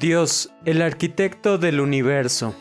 Dios, el arquitecto del universo.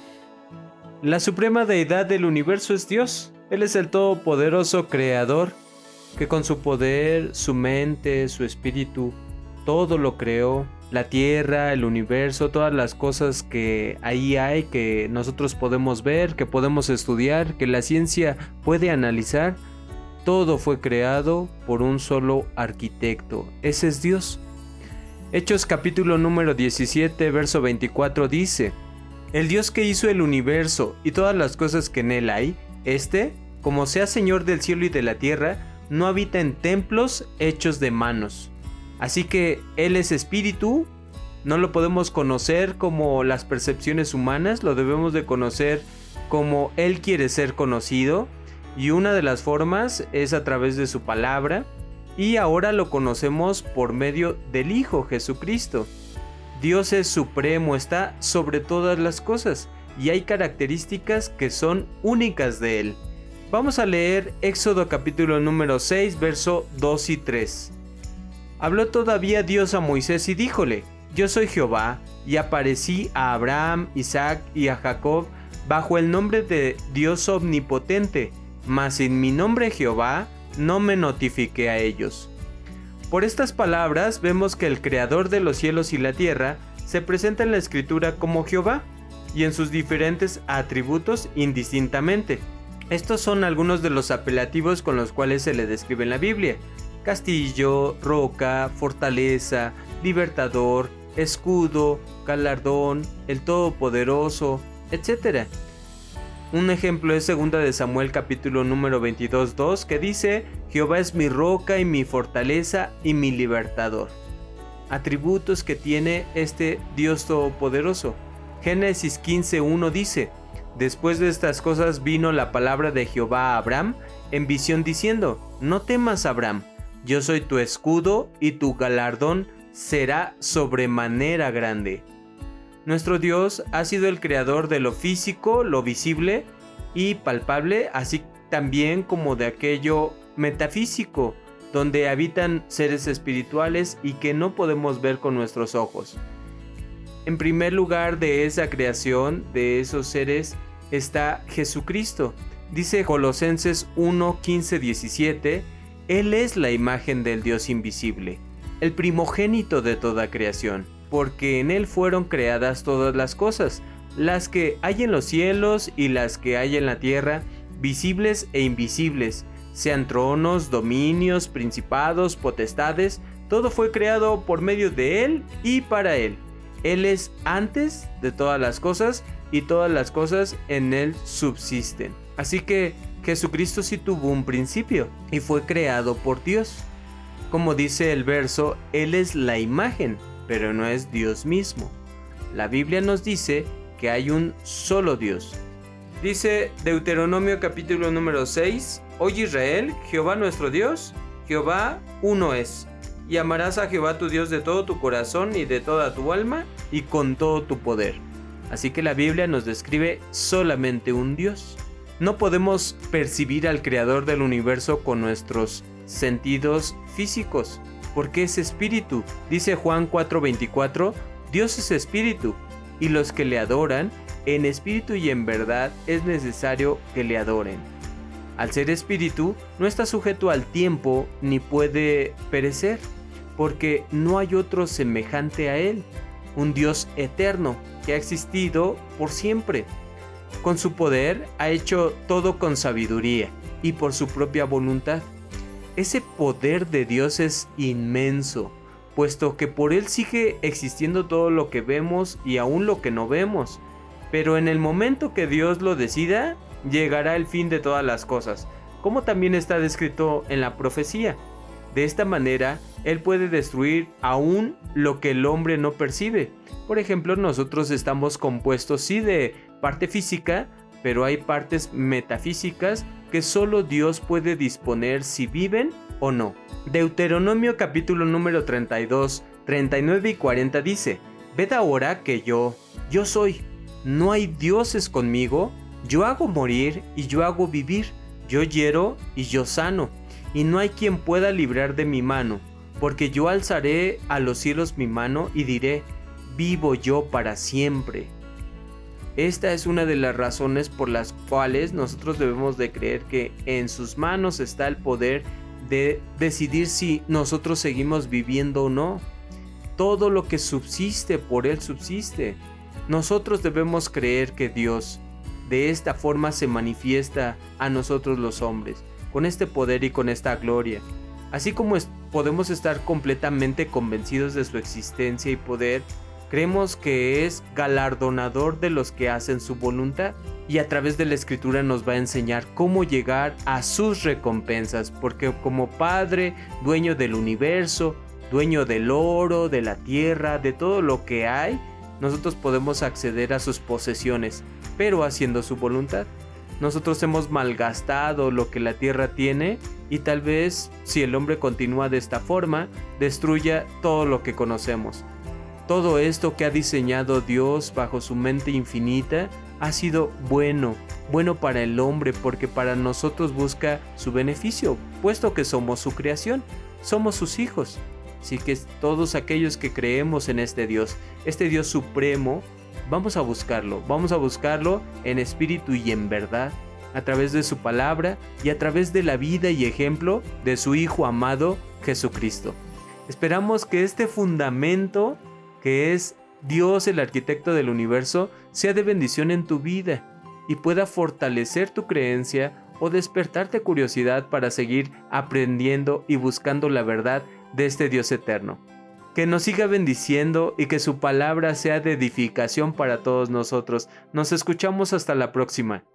La suprema deidad del universo es Dios. Él es el todopoderoso creador que con su poder, su mente, su espíritu, todo lo creó. La tierra, el universo, todas las cosas que ahí hay, que nosotros podemos ver, que podemos estudiar, que la ciencia puede analizar. Todo fue creado por un solo arquitecto. Ese es Dios. Hechos capítulo número 17, verso 24 dice: El Dios que hizo el universo y todas las cosas que en él hay, como sea Señor del cielo y de la tierra, no habita en templos hechos de manos. Así que Él es espíritu, no lo podemos conocer como las percepciones humanas, lo debemos de conocer como Él quiere ser conocido, y una de las formas es a través de su palabra, y ahora lo conocemos por medio del Hijo Jesucristo. Dios es supremo, está sobre todas las cosas, y hay características que son únicas de Él. Vamos a leer Éxodo capítulo número 6, verso 2 y 3. Habló todavía Dios a Moisés y díjole: Yo soy Jehová, y aparecí a Abraham, Isaac y a Jacob bajo el nombre de Dios omnipotente, mas en mi nombre Jehová no me notifiqué a ellos. Por estas palabras vemos que el creador de los cielos y la tierra se presenta en la escritura como Jehová y en sus diferentes atributos indistintamente. Estos son algunos de los apelativos con los cuales se le describe en la Biblia: castillo, roca, fortaleza, libertador, escudo, galardón, el todopoderoso, etc. Un ejemplo es 2 de Samuel capítulo número 22:2, que dice: Jehová es mi roca y mi fortaleza y mi libertador. Atributos que tiene este Dios todopoderoso. Génesis 15:1 dice: Después de estas cosas vino la palabra de Jehová a Abraham en visión diciendo: No temas, Abraham, yo soy tu escudo y tu galardón será sobremanera grande. Nuestro Dios ha sido el creador de lo físico, lo visible y palpable, así también como de aquello metafísico, donde habitan seres espirituales y que no podemos ver con nuestros ojos. En primer lugar de esa creación, de esos seres, está Jesucristo. Dice Colosenses 1, 15, 17, Él es la imagen del Dios invisible, el primogénito de toda creación, porque en Él fueron creadas todas las cosas, las que hay en los cielos y las que hay en la tierra, visibles e invisibles, sean tronos, dominios, principados, potestades, todo fue creado por medio de Él y para Él. Él es antes de todas las cosas y todas las cosas en Él subsisten. Así que Jesucristo sí tuvo un principio y fue creado por Dios. Como dice el verso, Él es la imagen, pero no es Dios mismo. La Biblia nos dice que hay un solo Dios. Dice Deuteronomio capítulo número 6, Oye Israel, Jehová nuestro Dios, Jehová uno es. Y amarás a Jehová tu Dios de todo tu corazón y de toda tu alma y con todo tu poder. Así que la Biblia nos describe solamente un Dios. No podemos percibir al creador del universo con nuestros sentidos físicos, porque es espíritu. Dice Juan 4:24, Dios es espíritu, y los que le adoran, en espíritu y en verdad, es necesario que le adoren. Al ser espíritu, no está sujeto al tiempo ni puede perecer, porque no hay otro semejante a él, un Dios eterno que ha existido por siempre. Con su poder ha hecho todo con sabiduría y por su propia voluntad. Ese poder de Dios es inmenso, puesto que por Él sigue existiendo todo lo que vemos y aún lo que no vemos. Pero en el momento que Dios lo decida, llegará el fin de todas las cosas, como también está descrito en la profecía. De esta manera, Él puede destruir aún lo que el hombre no percibe. Por ejemplo, nosotros estamos compuestos sí de parte física, pero hay partes metafísicas que solo Dios puede disponer si viven o no. Deuteronomio capítulo número 32, 39 y 40 dice: Ved ahora que yo soy, no hay dioses conmigo, yo hago morir y yo hago vivir, yo hiero y yo sano, y no hay quien pueda librar de mi mano, porque yo alzaré a los cielos mi mano y diré: vivo yo para siempre. Esta es una de las razones por las cuales nosotros debemos de creer que en sus manos está el poder de decidir si nosotros seguimos viviendo o no. Todo lo que subsiste por Él subsiste. Nosotros debemos creer que Dios de esta forma se manifiesta a nosotros los hombres, con este poder y con esta gloria. Así como podemos estar completamente convencidos de su existencia y poder, creemos que es galardonador de los que hacen su voluntad, y a través de la Escritura nos va a enseñar cómo llegar a sus recompensas, porque como Padre, dueño del universo, dueño del oro, de la tierra, de todo lo que hay, nosotros podemos acceder a sus posesiones, pero haciendo su voluntad. Nosotros hemos malgastado lo que la tierra tiene, y tal vez, si el hombre continúa de esta forma, destruya todo lo que conocemos. Todo esto que ha diseñado Dios bajo su mente infinita ha sido bueno para el hombre, porque para nosotros busca su beneficio, puesto que somos su creación, somos sus hijos. Así que todos aquellos que creemos en este Dios supremo, vamos a buscarlo en espíritu y en verdad, a través de su palabra y a través de la vida y ejemplo de su Hijo amado Jesucristo. Esperamos que este fundamento, que es Dios, el arquitecto del universo, sea de bendición en tu vida y pueda fortalecer tu creencia o despertarte curiosidad para seguir aprendiendo y buscando la verdad de este Dios eterno. Que nos siga bendiciendo y que su palabra sea de edificación para todos nosotros. Nos escuchamos hasta la próxima.